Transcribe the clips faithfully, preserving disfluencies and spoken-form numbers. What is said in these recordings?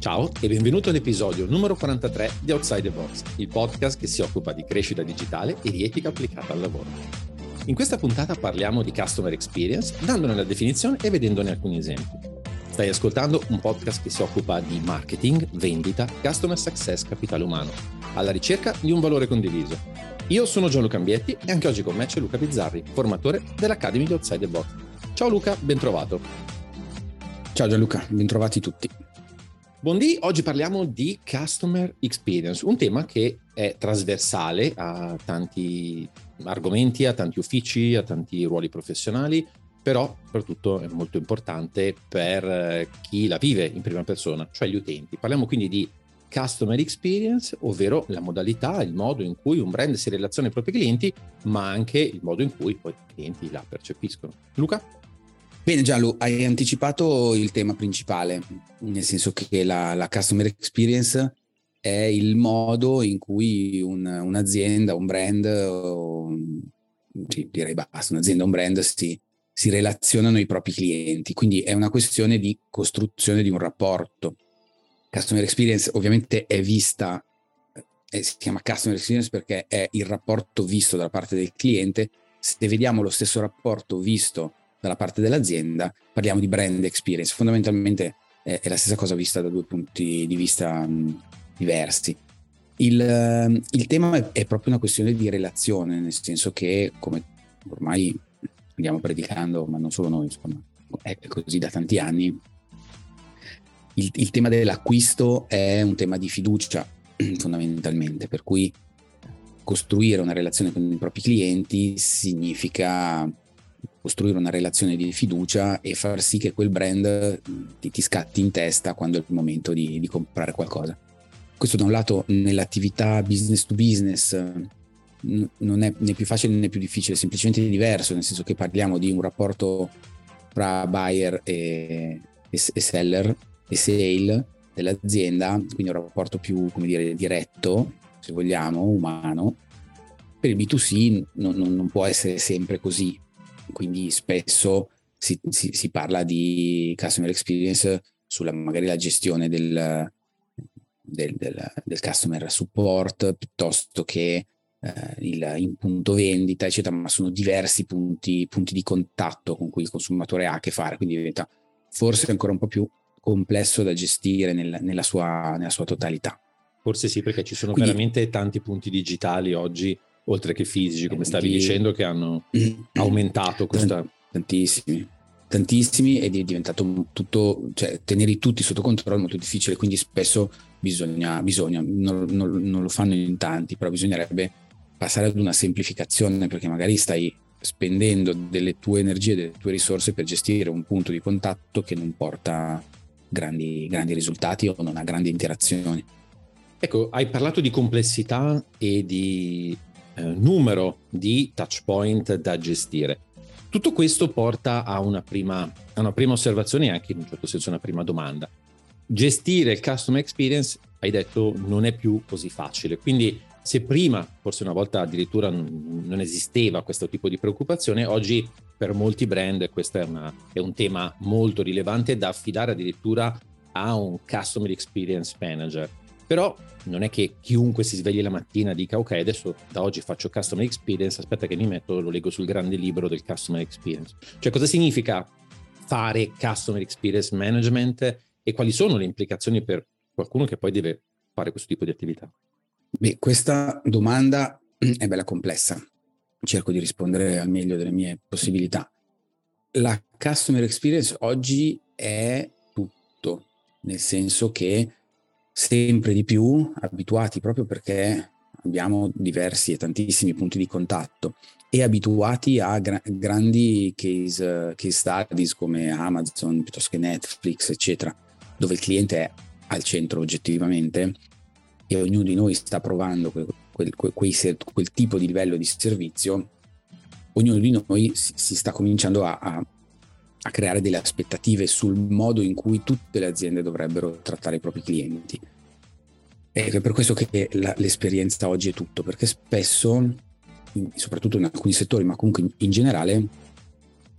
Ciao e benvenuto all'episodio numero quarantatré di Outside the Box, il podcast che si occupa di crescita digitale e di etica applicata al lavoro. In questa puntata parliamo di Customer Experience, dandone la definizione e vedendone alcuni esempi. Stai ascoltando un podcast che si occupa di marketing, vendita, customer success, capitale umano, alla ricerca di un valore condiviso. Io sono Gianluca Ambietti e anche oggi con me c'è Luca Bizzarri, formatore dell'Academy di Outside the Box. Ciao Luca, ben trovato. Ciao Gianluca, ben trovati tutti. Buondì, oggi parliamo di Customer Experience, un tema che è trasversale a tanti argomenti, a tanti uffici, a tanti ruoli professionali, però soprattutto è molto importante per chi la vive in prima persona, cioè gli utenti. Parliamo quindi di Customer Experience, ovvero la modalità, il modo in cui un brand si relaziona ai propri clienti, ma anche il modo in cui poi i clienti la percepiscono. Luca? Bene Gianlu, hai anticipato il tema principale, nel senso che la, la Customer Experience è il modo in cui un, un'azienda, un brand, o, sì, direi basta, un'azienda, un brand si, si relazionano ai propri clienti, quindi è una questione di costruzione di un rapporto. Customer Experience ovviamente è vista, eh, si chiama Customer Experience perché è il rapporto visto dalla parte del cliente. Se vediamo lo stesso rapporto visto dalla parte dell'azienda, parliamo di brand experience. Fondamentalmente è, è la stessa cosa vista da due punti di vista mh, diversi. Il, il tema è, è proprio una questione di relazione, nel senso che, come ormai andiamo predicando, ma non solo noi, insomma, è così da tanti anni, il, il tema dell'acquisto è un tema di fiducia, fondamentalmente, per cui costruire una relazione con i propri clienti significa costruire una relazione di fiducia e far sì che quel brand ti, ti scatti in testa quando è il momento di, di comprare qualcosa. Questo da un lato nell'attività business to business n- non è né più facile né più difficile, è semplicemente diverso, nel senso che parliamo di un rapporto tra buyer e, e, e seller e sale dell'azienda, quindi un rapporto più, come dire, diretto, se vogliamo, umano. Per il B due C non, non, non può essere sempre così. Quindi spesso si, si, si parla di customer experience sulla magari la gestione del, del, del, del customer support piuttosto che eh, il in punto vendita, eccetera, ma sono diversi punti, punti di contatto con cui il consumatore ha a che fare, quindi diventa forse ancora un po' più complesso da gestire nel, nella, sua, nella sua totalità. Forse sì, perché ci sono quindi, veramente tanti punti digitali oggi, oltre che fisici, come stavi di, dicendo, che hanno aumentato questa... Tantissimi, tantissimi ed è diventato tutto, cioè tenerli tutti sotto controllo è molto difficile, quindi spesso bisogna, bisogna non, non, non lo fanno in tanti, però bisognerebbe passare ad una semplificazione, perché magari stai spendendo delle tue energie, delle tue risorse per gestire un punto di contatto che non porta grandi, grandi risultati o non ha grandi interazioni. Ecco, hai parlato di complessità e di eh, numero di touch point da gestire. Tutto questo porta a una prima, a una prima osservazione e anche in un certo senso una prima domanda. Gestire il customer experience, hai detto, non è più così facile. Quindi se prima, forse una volta addirittura non, non esisteva questo tipo di preoccupazione, oggi per molti brand questo è, una, è un tema molto rilevante da affidare addirittura a un customer experience manager. Però non è che chiunque si svegli la mattina dica ok, adesso da oggi faccio customer experience, aspetta che mi metto, lo leggo sul grande libro del customer experience. Cioè cosa significa fare customer experience management e quali sono le implicazioni per qualcuno che poi deve fare questo tipo di attività? Beh, questa domanda è bella complessa. Cerco di rispondere al meglio delle mie possibilità. La customer experience oggi è tutto, nel senso che sempre di più abituati, proprio perché abbiamo diversi e tantissimi punti di contatto e abituati a gra- grandi case, case studies come Amazon piuttosto che Netflix, eccetera, dove il cliente è al centro oggettivamente e ognuno di noi sta provando quel, quel, quel, quei, quel tipo di livello di servizio. Ognuno di noi si, si sta cominciando a, a, a creare delle aspettative sul modo in cui tutte le aziende dovrebbero trattare i propri clienti. È per questo che la, l'esperienza oggi è tutto, perché spesso, soprattutto in alcuni settori, ma comunque in, in generale,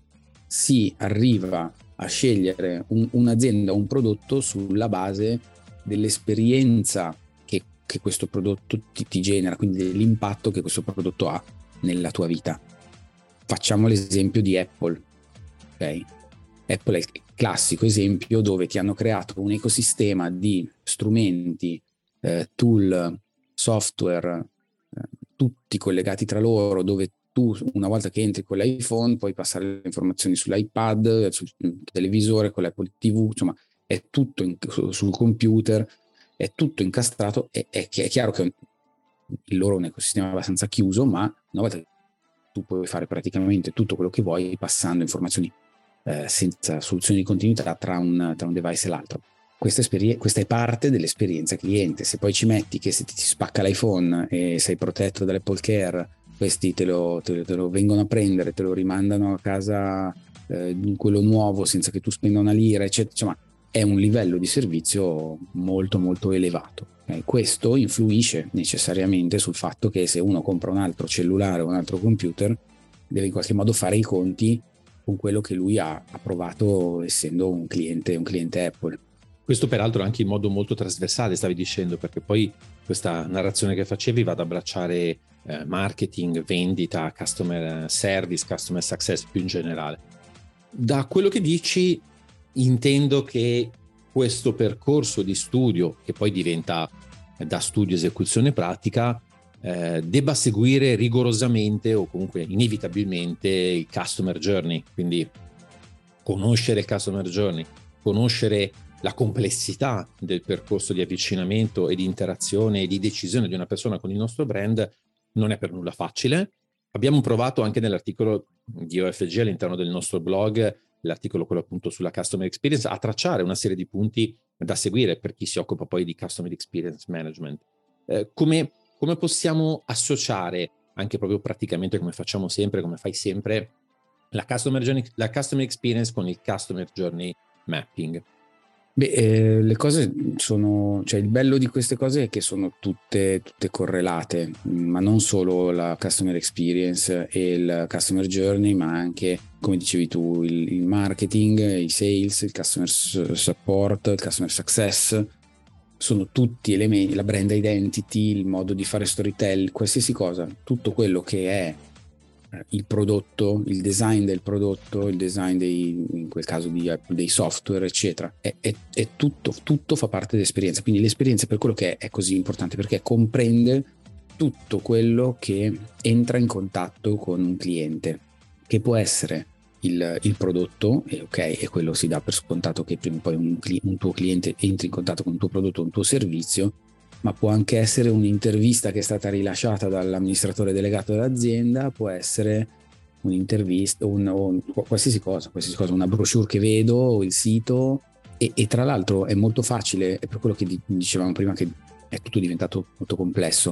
si arriva a scegliere un, un'azienda o un prodotto sulla base dell'esperienza che, che questo prodotto ti, ti genera, quindi dell'impatto che questo prodotto ha nella tua vita. Facciamo l'esempio di Apple, ok? Apple è il classico esempio dove ti hanno creato un ecosistema di strumenti, eh, tool, software, eh, tutti collegati tra loro, dove tu una volta che entri con l'iPhone puoi passare le informazioni sull'iPad, sul televisore, con l'Apple ti vu, insomma è tutto in, sul computer, è tutto incastrato. È, è, è chiaro che il loro è un ecosistema abbastanza chiuso, ma una volta che tu puoi fare praticamente tutto quello che vuoi passando informazioni eh, senza soluzioni di continuità tra un, tra un device e l'altro. Questa, esperien- questa è parte dell'esperienza cliente. Se poi ci metti che se ti spacca l'iPhone e sei protetto dall'Apple Care, questi te lo, te, te lo vengono a prendere, te lo rimandano a casa eh, in quello nuovo senza che tu spenda una lira, eccetera. Insomma, è un livello di servizio molto molto elevato. Eh, questo influisce necessariamente sul fatto che se uno compra un altro cellulare o un altro computer, deve in qualche modo fare i conti con quello che lui ha, ha provato essendo un cliente, un cliente Apple. Questo peraltro anche in modo molto trasversale, stavi dicendo, perché poi questa narrazione che facevi va ad abbracciare eh, marketing, vendita, customer service, customer success più in generale. Da quello che dici intendo che questo percorso di studio, che poi diventa eh, da studio esecuzione pratica, eh, debba seguire rigorosamente o comunque inevitabilmente il customer journey, quindi conoscere il customer journey, conoscere la complessità del percorso di avvicinamento e di interazione e di decisione di una persona con il nostro brand non è per nulla facile. Abbiamo provato anche nell'articolo di O F G all'interno del nostro blog, l'articolo quello appunto sulla customer experience, a tracciare una serie di punti da seguire per chi si occupa poi di customer experience management. Eh, come, come possiamo associare anche proprio praticamente, come facciamo sempre, come fai sempre, la customer journey, la customer experience con il customer journey mapping? Beh, eh, le cose sono, cioè il bello di queste cose è che sono tutte, tutte correlate, ma non solo la customer experience e il customer journey, ma anche, come dicevi tu, il, il marketing, i sales, il customer support, il customer success, sono tutti elementi, la brand identity, il modo di fare storytelling, qualsiasi cosa, tutto quello che è il prodotto, il design del prodotto, il design dei, in quel caso di, dei software, eccetera, è, è, è tutto, tutto fa parte dell'esperienza. Quindi l'esperienza, per quello che è, è così importante, perché comprende tutto quello che entra in contatto con un cliente, che può essere il, il prodotto, e ok, e quello si dà per scontato che prima o poi un, un tuo cliente entri in contatto con un tuo prodotto o un tuo servizio, ma può anche essere un'intervista che è stata rilasciata dall'amministratore delegato dell'azienda, può essere un'intervista, un, un, qualsiasi cosa, qualsiasi cosa, una brochure che vedo, o il sito, e, e tra l'altro è molto facile, è per quello che dicevamo prima che è tutto diventato molto complesso,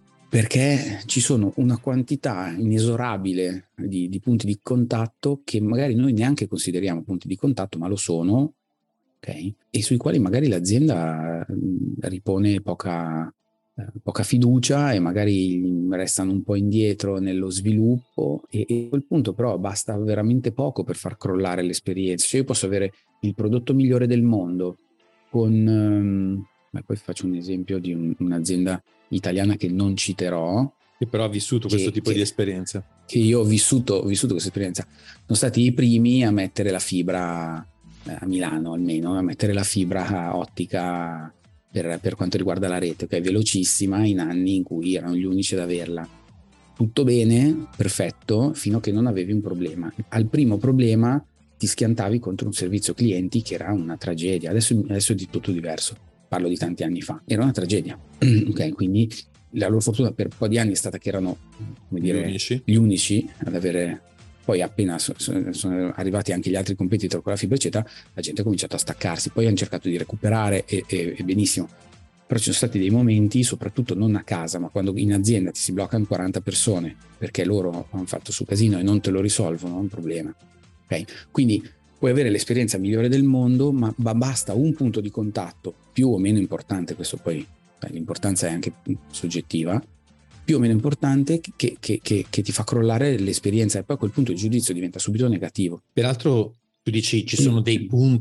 perché ci sono una quantità inesorabile di, di punti di contatto che magari noi neanche consideriamo punti di contatto, ma lo sono. Okay. E sui quali magari l'azienda ripone poca, eh, poca fiducia e magari restano un po' indietro nello sviluppo e, e a quel punto però basta veramente poco per far crollare l'esperienza. Cioè io posso avere il prodotto migliore del mondo con, um, beh, poi faccio un esempio di un, un'azienda italiana che non citerò, che però ha vissuto che, questo tipo che, di esperienza. Che io ho vissuto, ho vissuto questa esperienza. Sono stati i primi a mettere la fibra a Milano, almeno a mettere la fibra ottica per, per quanto riguarda la rete, ok, velocissima, in anni in cui erano gli unici ad averla. Tutto bene, perfetto, fino a che non avevi un problema. Al primo problema ti schiantavi contro un servizio clienti che era una tragedia. Adesso, adesso è di tutto diverso, parlo di tanti anni fa, era una tragedia. Ok, quindi la loro fortuna per un po' di anni è stata che erano, come dire, gli unici, gli unici ad avere. Poi appena sono arrivati anche gli altri competitor con la fibra eccetera, la gente ha cominciato a staccarsi, poi hanno cercato di recuperare e, e, e benissimo, però ci sono stati dei momenti, soprattutto non a casa, ma quando in azienda ti si bloccano quaranta persone perché loro hanno fatto su casino e non te lo risolvono, è un problema. Okay? Quindi puoi avere l'esperienza migliore del mondo, ma basta un punto di contatto più o meno importante, questo poi l'importanza è anche soggettiva, più o meno importante, che, che, che, che ti fa crollare l'esperienza e poi a quel punto il giudizio diventa subito negativo. Peraltro tu dici ci sono dei punti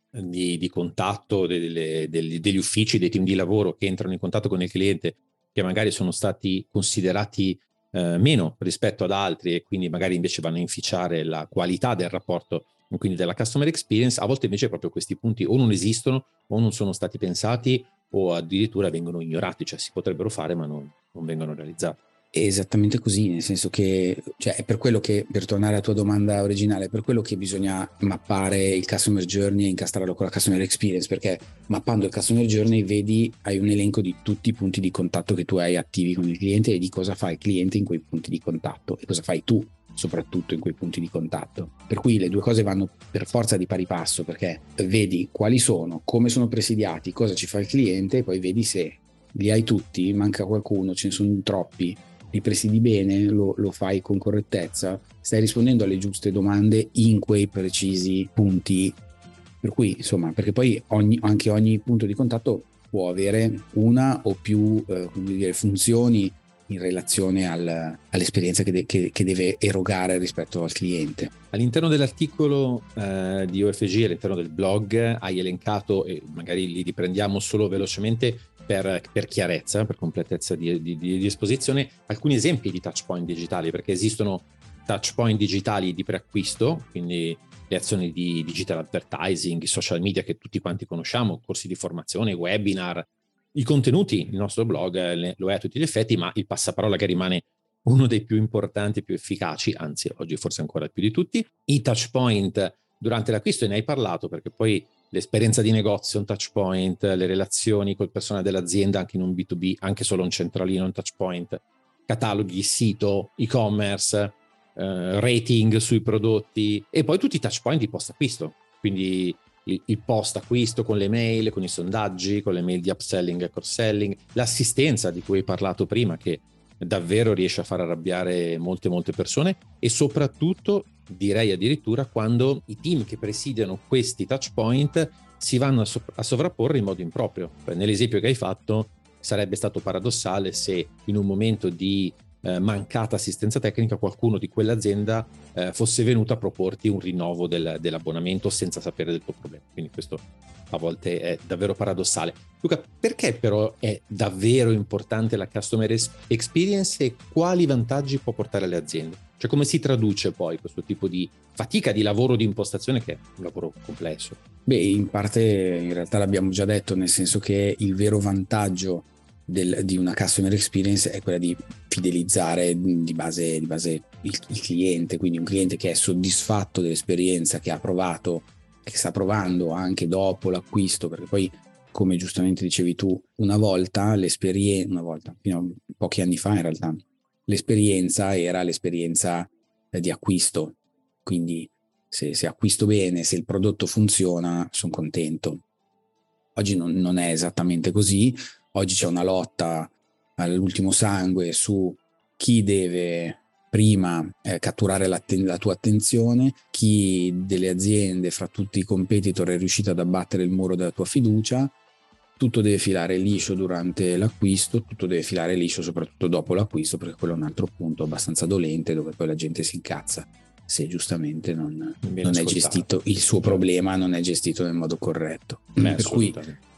di, di contatto delle, degli, degli uffici, dei team di lavoro che entrano in contatto con il cliente, che magari sono stati considerati eh, meno rispetto ad altri e quindi magari invece vanno a inficiare la qualità del rapporto, quindi della customer experience. A volte invece proprio questi punti o non esistono o non sono stati pensati o addirittura vengono ignorati, cioè si potrebbero fare ma non, non vengono realizzati. È esattamente così, nel senso che, cioè, è per quello che, per tornare alla tua domanda originale, è per quello che bisogna mappare il customer journey e incastrarlo con la customer experience, perché mappando il customer journey vedi, hai un elenco di tutti i punti di contatto che tu hai attivi con il cliente e di cosa fa il cliente in quei punti di contatto e cosa fai tu soprattutto in quei punti di contatto. Per cui le due cose vanno per forza di pari passo, perché vedi quali sono, come sono presidiati, cosa ci fa il cliente e poi vedi se li hai tutti, manca qualcuno, ce ne sono troppi, li presidi bene, lo, lo fai con correttezza, stai rispondendo alle giuste domande in quei precisi punti. Per cui, insomma, perché poi ogni, anche ogni punto di contatto può avere una o più eh, come dire, funzioni in relazione al, all'esperienza che, de, che, che deve erogare rispetto al cliente. All'interno dell'articolo eh, di O F G, all'interno del blog, hai elencato, e magari li riprendiamo solo velocemente per, per chiarezza, per completezza di, di, di esposizione, alcuni esempi di touchpoint digitali, perché esistono touchpoint digitali di preacquisto, quindi le azioni di digital advertising, i social media che tutti quanti conosciamo, corsi di formazione, webinar, i contenuti, il nostro blog lo è a tutti gli effetti, ma il passaparola che rimane uno dei più importanti e più efficaci, anzi oggi forse ancora più di tutti. I touchpoint durante l'acquisto, e ne hai parlato perché poi l'esperienza di negozio è un touchpoint, le relazioni col personale dell'azienda anche in un B due B, anche solo un centralino, un touchpoint, cataloghi, sito, e-commerce, eh, rating sui prodotti e poi tutti i touchpoint di post acquisto, quindi il, il post acquisto con le mail, con i sondaggi, con le mail di upselling e cross-selling, l'assistenza di cui hai parlato prima che davvero riesce a far arrabbiare molte molte persone e soprattutto direi addirittura quando i team che presidiano questi touchpoint si vanno a, so- a sovrapporre in modo improprio. Nell'esempio che hai fatto sarebbe stato paradossale se in un momento di eh, mancata assistenza tecnica qualcuno di quell'azienda eh, fosse venuto a proporti un rinnovo del, dell'abbonamento senza sapere del tuo problema. Quindi questo a volte è davvero paradossale. Luca, perché però è davvero importante la customer experience e quali vantaggi può portare alle aziende? Cioè come si traduce poi questo tipo di fatica di lavoro di impostazione che è un lavoro complesso? Beh, in parte in realtà l'abbiamo già detto, nel senso che il vero vantaggio del, di una customer experience è quella di fidelizzare di base, di base il, il cliente, quindi un cliente che è soddisfatto dell'esperienza che ha provato e che sta provando anche dopo l'acquisto, perché poi come giustamente dicevi tu, una volta l'esperienza, una volta, fino a pochi anni fa in realtà, l'esperienza era l'esperienza eh, di acquisto, quindi se, se acquisto bene, se il prodotto funziona, sono contento. Oggi non, non è esattamente così, oggi c'è una lotta all'ultimo sangue su chi deve prima eh, catturare la tua attenzione, chi delle aziende fra tutti i competitor è riuscito ad abbattere il muro della tua fiducia. Tutto deve filare liscio durante l'acquisto, tutto deve filare liscio soprattutto dopo l'acquisto, perché quello è un altro punto abbastanza dolente dove poi la gente si incazza se giustamente non, non è gestito il suo problema, non è gestito nel modo corretto. Beh, per cui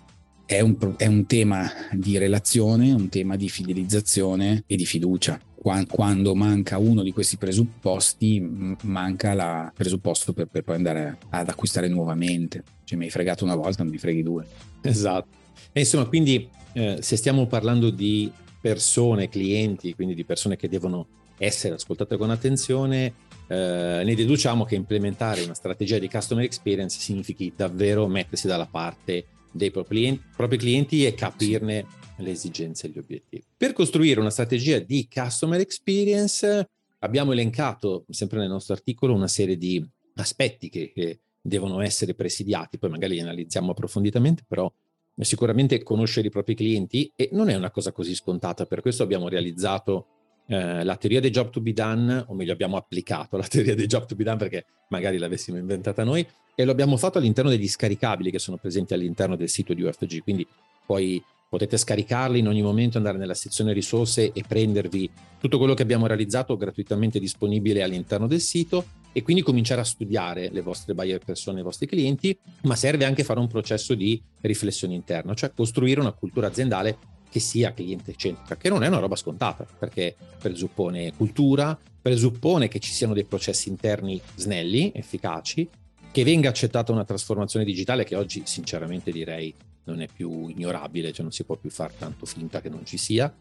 è un, è un tema di relazione, un tema di fidelizzazione e di fiducia. Quando manca uno di questi presupposti, manca il presupposto per, per poi andare ad acquistare nuovamente. Cioè mi hai fregato una volta, non mi freghi due. Esatto. E insomma, quindi eh, se stiamo parlando di persone, clienti, quindi di persone che devono essere ascoltate con attenzione, eh, ne deduciamo che implementare una strategia di customer experience significhi davvero mettersi dalla parte dei propri clienti, propri clienti e capirne sì. le esigenze e gli obiettivi. Per costruire una strategia di customer experience abbiamo elencato, sempre nel nostro articolo, una serie di aspetti che, che devono essere presidiati, poi magari li analizziamo approfonditamente, però sicuramente conoscere i propri clienti e non è una cosa così scontata, per questo abbiamo realizzato eh, la teoria dei job to be done, o meglio abbiamo applicato la teoria dei job to be done perché magari l'avessimo inventata noi e lo abbiamo fatto all'interno degli scaricabili che sono presenti all'interno del sito di U F G, quindi puoi Potete scaricarli in ogni momento, andare nella sezione risorse e prendervi tutto quello che abbiamo realizzato gratuitamente disponibile all'interno del sito e quindi cominciare a studiare le vostre buyer persone, i vostri clienti, ma serve anche fare un processo di riflessione interna, cioè costruire una cultura aziendale che sia cliente centrica, che non è una roba scontata, perché presuppone cultura, presuppone che ci siano dei processi interni snelli, efficaci, che venga accettata una trasformazione digitale che oggi sinceramente direi non è più ignorabile, cioè non si può più fare tanto finta che non ci sia.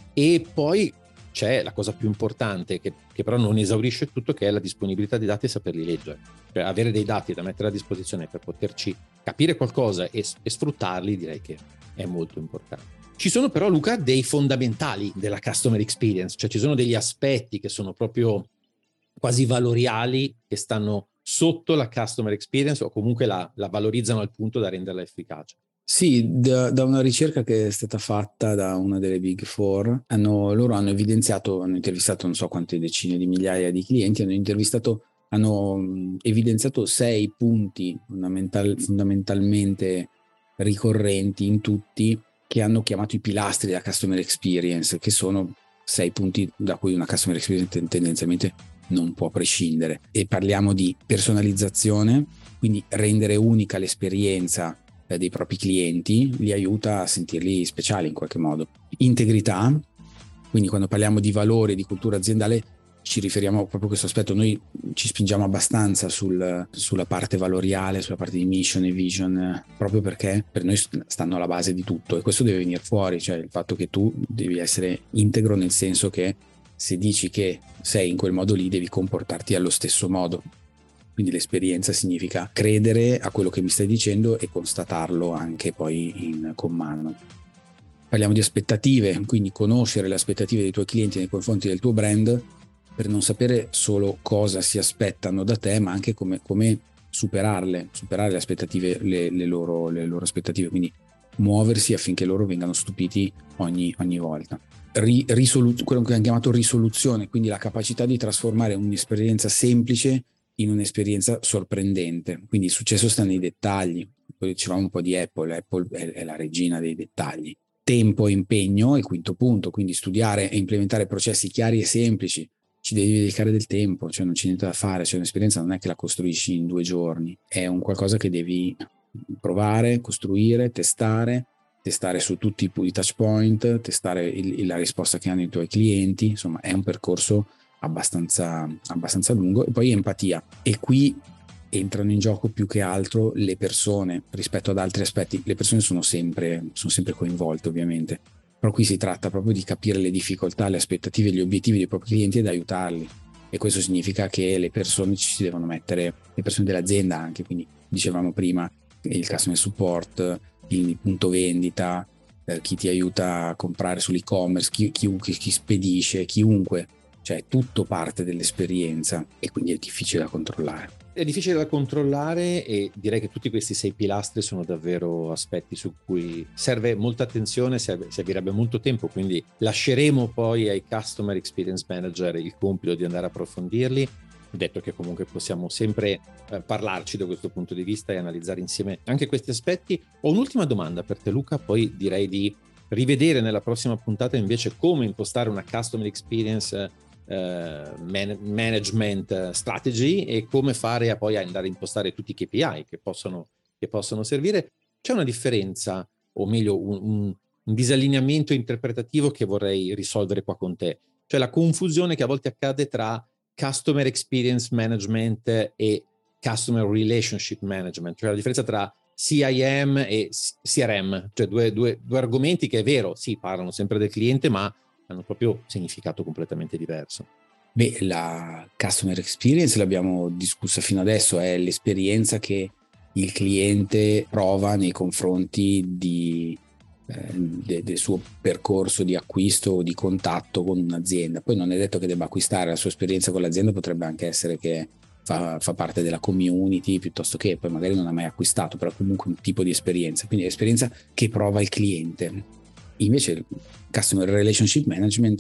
E poi c'è la cosa più importante che, che però non esaurisce tutto, che è la disponibilità dei dati e saperli leggere, cioè avere dei dati da mettere a disposizione per poterci capire qualcosa e, e sfruttarli, direi che è molto importante. Ci sono però, Luca, dei fondamentali della customer experience, cioè ci sono degli aspetti che sono proprio quasi valoriali, che stanno sotto la customer experience o comunque la, la valorizzano al punto da renderla efficace. Sì, da, da una ricerca che è stata fatta da una delle Big Four, hanno, loro hanno evidenziato, hanno intervistato non so quante decine di migliaia di clienti, hanno intervistato, hanno mh, evidenziato sei punti fondamental, fondamentalmente ricorrenti in tutti, che hanno chiamato i pilastri della customer experience, che sono sei punti da cui una customer experience tendenzialmente non può prescindere. E parliamo di personalizzazione, quindi rendere unica l'esperienza dei propri clienti, li aiuta a sentirli speciali in qualche modo. Integrità, quindi quando parliamo di valori, di cultura aziendale, ci riferiamo proprio a questo aspetto. Noi ci spingiamo abbastanza sul, sulla parte valoriale, sulla parte di mission e vision, proprio perché per noi stanno alla base di tutto, e questo deve venire fuori, cioè il fatto che tu devi essere integro, nel senso che se dici che sei in quel modo lì devi comportarti allo stesso modo. Quindi l'esperienza significa credere a quello che mi stai dicendo e constatarlo anche poi in, con mano. Parliamo di aspettative, quindi conoscere le aspettative dei tuoi clienti nei confronti del tuo brand, per non sapere solo cosa si aspettano da te, ma anche come, come superarle, superare le aspettative, le, le, loro, le loro aspettative, quindi muoversi affinché loro vengano stupiti ogni, ogni volta. Ri, risolu- quello che hanno chiamato risoluzione, quindi la capacità di trasformare un'esperienza semplice in un'esperienza sorprendente. Quindi il successo sta nei dettagli. Poi dicevamo un po' di Apple, Apple è, è la regina dei dettagli. Tempo e impegno è il quinto punto, quindi studiare e implementare processi chiari e semplici. Ci devi dedicare del tempo, cioè non c'è niente da fare, cioè un'esperienza non è che la costruisci in due giorni, è un qualcosa che devi provare, costruire, testare, testare su tutti i punti touch point, testare il, la risposta che hanno i tuoi clienti, insomma è un percorso abbastanza, abbastanza lungo. E poi empatia, e qui entrano in gioco più che altro le persone rispetto ad altri aspetti. Le persone sono sempre, sono sempre coinvolte ovviamente, però qui si tratta proprio di capire le difficoltà, le aspettative, gli obiettivi dei propri clienti ed aiutarli, e questo significa che le persone ci si devono mettere, le persone dell'azienda anche, quindi dicevamo prima il customer support, il punto vendita, eh, chi ti aiuta a comprare sull'e-commerce, chi, chi, chi spedisce, chiunque, cioè tutto parte dell'esperienza e quindi è difficile da controllare. È difficile da controllare e direi che tutti questi sei pilastri sono davvero aspetti su cui serve molta attenzione, serve, servirebbe molto tempo, quindi lasceremo poi ai Customer Experience Manager il compito di andare a approfondirli, detto che comunque possiamo sempre eh, parlarci da questo punto di vista e analizzare insieme anche questi aspetti. Ho un'ultima domanda per te, Luca, poi direi di rivedere nella prossima puntata invece come impostare una Customer Experience Uh, man- management strategy e come fare a poi andare a impostare tutti i K P I che possono, che possono servire. C'è una differenza, o meglio un, un, un disallineamento interpretativo che vorrei risolvere qua con te, cioè la confusione che a volte accade tra Customer Experience Management e Customer Relationship Management, cioè la differenza tra C I M e C R M, cioè due, due, due argomenti che è vero, sì, parlano sempre del cliente, ma hanno proprio significato completamente diverso. Beh, la customer experience l'abbiamo discussa fino adesso, è l'esperienza che il cliente prova nei confronti di, eh, de, del suo percorso di acquisto o di contatto con un'azienda. Poi non è detto che debba acquistare, la sua esperienza con l'azienda potrebbe anche essere che fa, fa parte della community, piuttosto che poi magari non ha mai acquistato, però comunque un tipo di esperienza, quindi l'esperienza che prova il cliente. Invece il Customer Relationship Management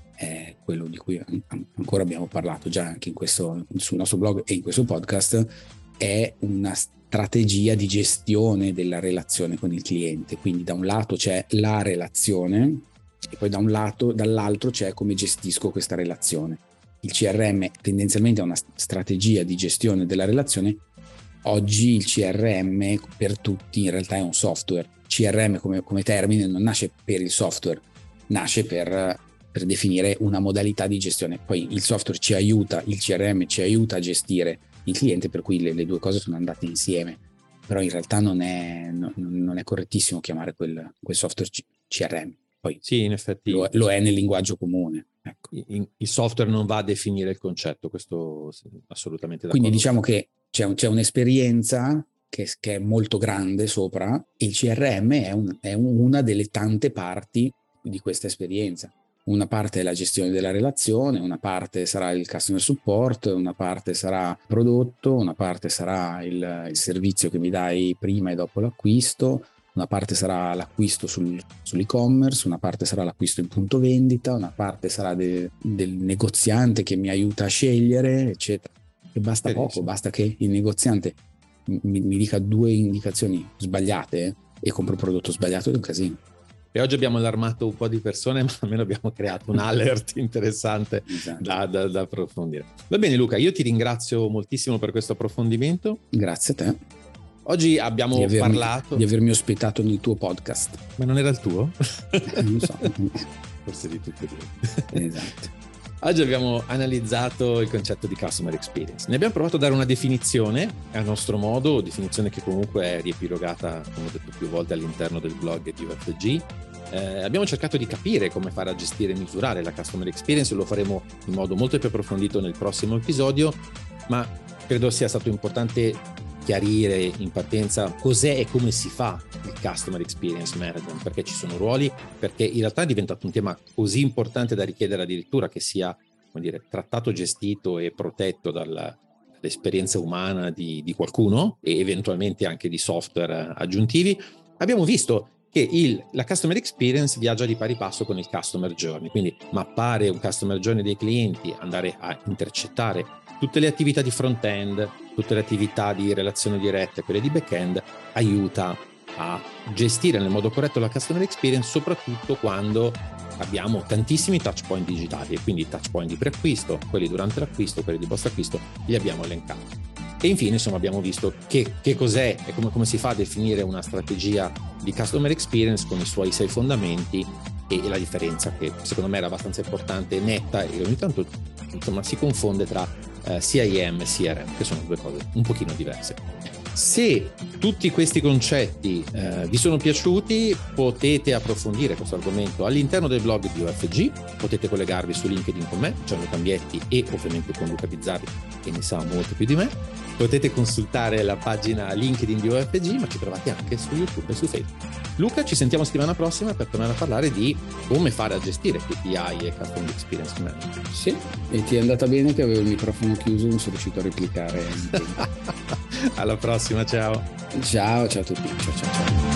è quello di cui ancora abbiamo parlato già anche in questo, sul nostro blog e in questo podcast, è una strategia di gestione della relazione con il cliente. Quindi da un lato c'è la relazione e poi da un lato, dall'altro c'è come gestisco questa relazione. Il C R M tendenzialmente è una strategia di gestione della relazione. Oggi il C R M per tutti in realtà è un software. C R M come, come termine non nasce per il software, nasce per, per definire una modalità di gestione. Poi il software ci aiuta, il C R M ci aiuta a gestire il cliente, per cui le, le due cose sono andate insieme. Però in realtà non è, non, non è correttissimo chiamare quel, quel software C R M. Poi sì, in effetti lo, lo è nel linguaggio comune. Ecco. In, il software non va a definire il concetto, questo assolutamente d'accordo. Quindi diciamo che c'è, c'è un'esperienza che, che è molto grande sopra, e il C R M è, un, è una delle tante parti di questa esperienza. Una parte è la gestione della relazione, una parte sarà il customer support, una parte sarà prodotto, una parte sarà il, il servizio che mi dai prima e dopo l'acquisto, una parte sarà l'acquisto sul, sull'e-commerce, una parte sarà l'acquisto in punto vendita, una parte sarà de, del negoziante che mi aiuta a scegliere, eccetera. E basta poco, basta che il negoziante mi, mi dica due indicazioni sbagliate eh, e compro il prodotto sbagliato, è un casino. E oggi abbiamo allarmato un po' di persone, ma almeno abbiamo creato un alert interessante esatto. da, da, da approfondire. Va bene Luca, io ti ringrazio moltissimo per questo approfondimento. Grazie a te. Oggi abbiamo di avermi, parlato... Di avermi ospitato nel tuo podcast. Ma non era il tuo? Non so. Forse di tutti e due. Esatto. Oggi abbiamo analizzato il concetto di customer experience. Ne abbiamo provato a dare una definizione a nostro modo, definizione che comunque è riepilogata, come ho detto più volte, all'interno del blog di U F G. Eh, abbiamo cercato di capire come fare a gestire e misurare la customer experience, lo faremo in modo molto più approfondito nel prossimo episodio, ma credo sia stato importante chiarire in partenza cos'è e come si fa il Customer Experience Management, perché ci sono ruoli, perché in realtà è diventato un tema così importante da richiedere addirittura che sia, come dire, trattato, gestito e protetto dalla, dall'esperienza umana di, di qualcuno e eventualmente anche di software aggiuntivi. Abbiamo visto che il, la Customer Experience viaggia di pari passo con il Customer Journey, quindi mappare un Customer Journey dei clienti, andare a intercettare tutte le attività di front-end, tutte le attività di relazione diretta e quelle di back-end, aiuta a gestire nel modo corretto la customer experience, soprattutto quando abbiamo tantissimi touch point digitali, e quindi touch point di preacquisto, quelli durante l'acquisto, quelli di post-acquisto, li abbiamo elencati. E infine, insomma, abbiamo visto che, che cos'è e come, come si fa a definire una strategia di customer experience con i suoi sei fondamenti e, e la differenza che secondo me era abbastanza importante e netta, e ogni tanto insomma si confonde tra uh, C I M e C R M, che sono due cose un pochino diverse. Se tutti questi concetti eh, vi sono piaciuti, potete approfondire questo argomento all'interno del blog di U F G, potete collegarvi su LinkedIn con me, Gianluca Cambietti, e ovviamente con Luca Bizzarri, che ne sa molto più di me. Potete consultare la pagina LinkedIn di U F G, ma ci trovate anche su YouTube e su Facebook. Luca, ci sentiamo settimana prossima per tornare a parlare di come fare a gestire K P I e Customer Experience Management. Sì, e ti è andata bene che avevo il microfono chiuso, non sono riuscito a replicare. Alla prossima, ciao. Ciao, ciao a tutti. Ciao, ciao, ciao.